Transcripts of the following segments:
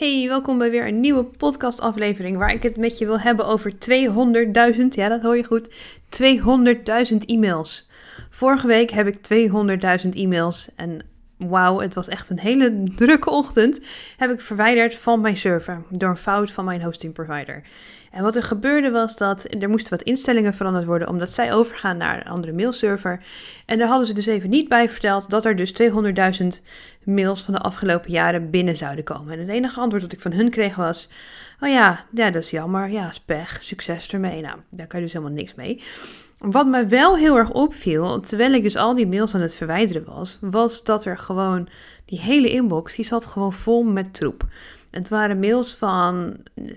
Hey, welkom bij weer een nieuwe podcastaflevering waar ik het met je wil hebben over 200.000, ja dat hoor je goed, 200.000 e-mails. Vorige week heb ik 200.000 e-mails en wauw, het was echt een hele drukke ochtend, heb ik verwijderd van mijn server door een fout van mijn hosting provider. En wat er gebeurde was dat er moesten wat instellingen veranderd worden omdat zij overgaan naar een andere mailserver. En daar hadden ze dus even niet bij verteld dat er dus 200.000 mails van de afgelopen jaren binnen zouden komen. En het enige antwoord dat ik van hun kreeg was, oh ja, dat is jammer, ja, is pech, succes ermee. Nou, daar kan je dus helemaal niks mee. Wat mij wel heel erg opviel, terwijl ik dus al die mails aan het verwijderen was dat er gewoon, die hele inbox, die zat gewoon vol met troep. Het waren mails van,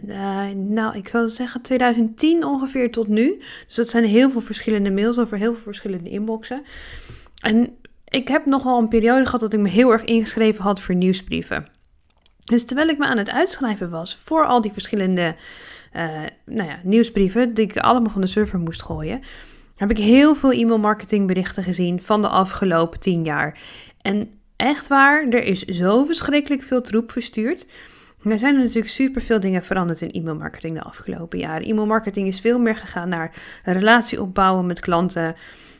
ik zou zeggen 2010 ongeveer tot nu. Dus dat zijn heel veel verschillende mails over heel veel verschillende inboxen. En ik heb nog wel een periode gehad dat ik me heel erg ingeschreven had voor nieuwsbrieven. Dus terwijl ik me aan het uitschrijven was voor al die verschillende nieuwsbrieven, die ik allemaal van de server moest gooien, heb ik heel veel e-mailmarketingberichten gezien van de afgelopen 10 jaar. En echt waar, er is zo verschrikkelijk veel troep verstuurd. Er zijn natuurlijk superveel dingen veranderd in e-mailmarketing de afgelopen jaren. E-mailmarketing is veel meer gegaan naar een relatie opbouwen met klanten.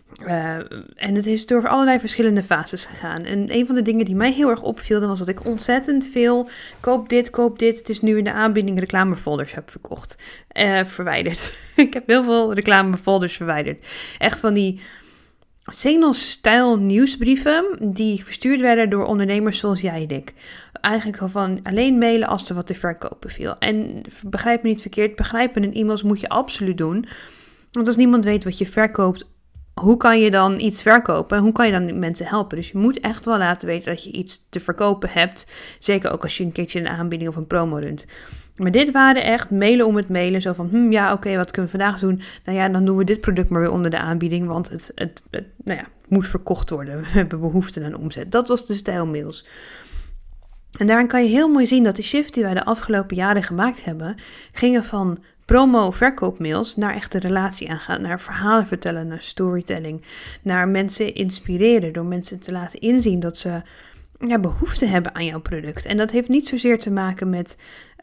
En het is door allerlei verschillende fases gegaan. En een van de dingen die mij heel erg opviel, was dat ik ontzettend veel koop dit, het is nu in de aanbieding reclamefolders heb verwijderd. Ik heb heel veel reclamefolders verwijderd. Echt van die Sales-stijl nieuwsbrieven die verstuurd werden door ondernemers zoals jij en ik. Eigenlijk gewoon alleen mailen als er wat te verkopen viel. En begrijp me niet verkeerd, begrijpen in e-mails moet je absoluut doen. Want als niemand weet wat je verkoopt, hoe kan je dan iets verkopen? Hoe kan je dan mensen helpen? Dus je moet echt wel laten weten dat je iets te verkopen hebt. Zeker ook als je een keertje een aanbieding of een promo runt. Maar dit waren echt mailen om het mailen. Zo van, oké, wat kunnen we vandaag doen? Nou ja, dan doen we dit product maar weer onder de aanbieding. Want het moet verkocht worden. We hebben behoefte aan omzet. Dat was de stijl mails. En daarin kan je heel mooi zien dat de shift die wij de afgelopen jaren gemaakt hebben, gingen van promo-verkoopmails naar echt de relatie aangaan, naar verhalen vertellen, naar storytelling, naar mensen inspireren, door mensen te laten inzien dat ze behoefte hebben aan jouw product. En dat heeft niet zozeer te maken met,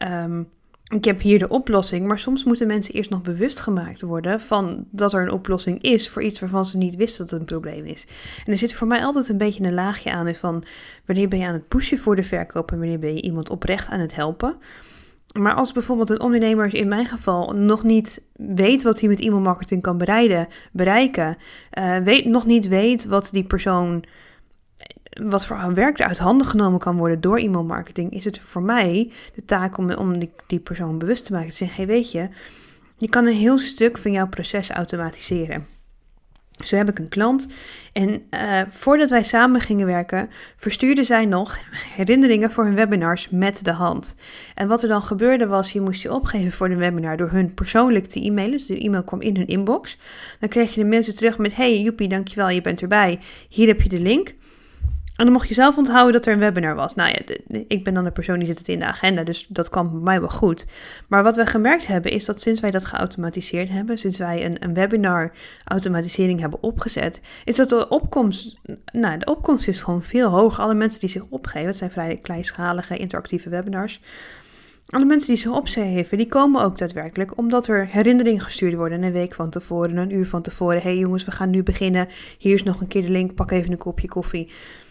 ik heb hier de oplossing, maar soms moeten mensen eerst nog bewust gemaakt worden van dat er een oplossing is voor iets waarvan ze niet wisten dat het een probleem is. En er zit voor mij altijd een beetje een laagje aan van wanneer ben je aan het pushen voor de verkoop en wanneer ben je iemand oprecht aan het helpen. Maar als bijvoorbeeld een ondernemer in mijn geval nog niet weet wat hij met e-mailmarketing kan bereiken, nog niet weet wat die persoon, wat voor werk er uit handen genomen kan worden door e-mailmarketing, is het voor mij de taak om die persoon bewust te maken. Te zeggen, hey, weet je kan een heel stuk van jouw proces automatiseren. Zo heb ik een klant en voordat wij samen gingen werken, verstuurde zij nog herinneringen voor hun webinars met de hand. En wat er dan gebeurde was, je moest je opgeven voor de webinar door hun persoonlijk te e-mailen. Dus de e-mail kwam in hun inbox. Dan kreeg je de mailtje terug met, hey joepie, dankjewel, je bent erbij. Hier heb je de link. En dan mocht je zelf onthouden dat er een webinar was. Nou ja, ik ben dan de persoon die zit het in de agenda, dus dat kwam bij mij wel goed. Maar wat we gemerkt hebben is dat sinds wij dat geautomatiseerd hebben, sinds wij een webinar automatisering hebben opgezet, is dat de opkomst is gewoon veel hoger. Alle mensen die zich opgeven, het zijn vrij kleinschalige interactieve webinars. Alle mensen die zich opgeven, die komen ook daadwerkelijk omdat er herinneringen gestuurd worden een week van tevoren, een uur van tevoren. Hey jongens, we gaan nu beginnen. Hier is nog een keer de link, pak even een kopje koffie.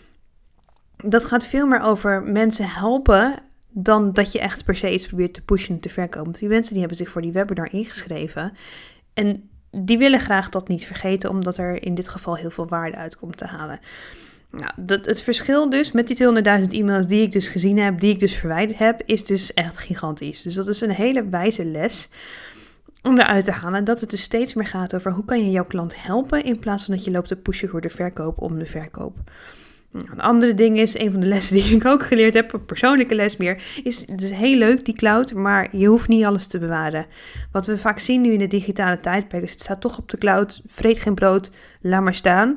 Dat gaat veel meer over mensen helpen dan dat je echt per se iets probeert te pushen en te verkopen. Want die mensen die hebben zich voor die webinar ingeschreven en die willen graag dat niet vergeten, omdat er in dit geval heel veel waarde uit komt te halen. Nou, het verschil dus met die 200.000 e-mails die ik dus gezien heb, die ik dus verwijderd heb, is dus echt gigantisch. Dus dat is een hele wijze les om eruit te halen dat het dus steeds meer gaat over hoe kan je jouw klant helpen in plaats van dat je loopt te pushen voor de verkoop om de verkoop. Een andere ding is, een van de lessen die ik ook geleerd heb, een persoonlijke les meer, is het is heel leuk die cloud, maar je hoeft niet alles te bewaren. Wat we vaak zien nu in de digitale tijdperk is, het staat toch op de cloud, vreet geen brood, laat maar staan.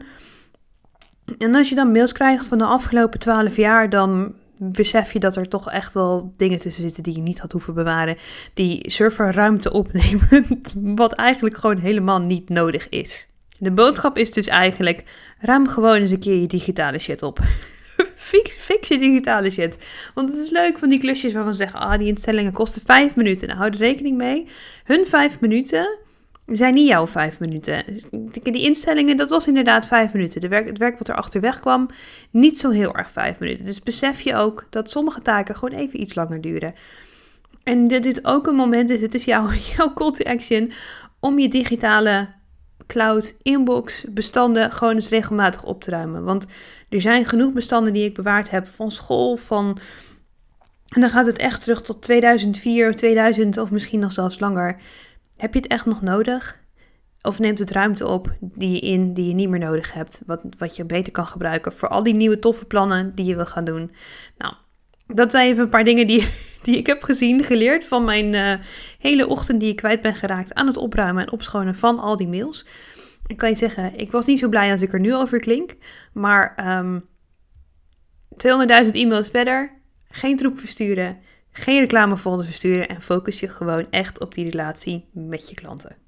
En als je dan mails krijgt van de afgelopen 12 jaar, dan besef je dat er toch echt wel dingen tussen zitten die je niet had hoeven bewaren, die serverruimte opnemen, wat eigenlijk gewoon helemaal niet nodig is. De boodschap is dus eigenlijk, ruim gewoon eens een keer je digitale shit op. Fix je digitale shit. Want het is leuk van die klusjes waarvan ze zeggen, die instellingen kosten 5 minuten. Nou, hou er rekening mee. Hun 5 minuten zijn niet jouw 5 minuten. Die instellingen, dat was inderdaad 5 minuten. Het werk wat er achterweg kwam, niet zo heel erg 5 minuten. Dus besef je ook dat sommige taken gewoon even iets langer duren. En dit ook een moment is, het is jouw call to action om je digitale cloud inbox bestanden gewoon eens regelmatig op te ruimen. Want er zijn genoeg bestanden die ik bewaard heb van school, en dan gaat het echt terug tot 2004, 2000 of misschien nog zelfs langer. Heb je het echt nog nodig? Of neemt het ruimte op die je niet meer nodig hebt, wat je beter kan gebruiken voor al die nieuwe toffe plannen die je wil gaan doen? Nou, dat zijn even een paar dingen die ik heb geleerd van mijn hele ochtend die ik kwijt ben geraakt aan het opruimen en opschonen van al die mails. Ik kan je zeggen, ik was niet zo blij als ik er nu over klink, maar 200.000 e-mails verder, geen troep versturen, geen reclamefolder versturen en focus je gewoon echt op die relatie met je klanten.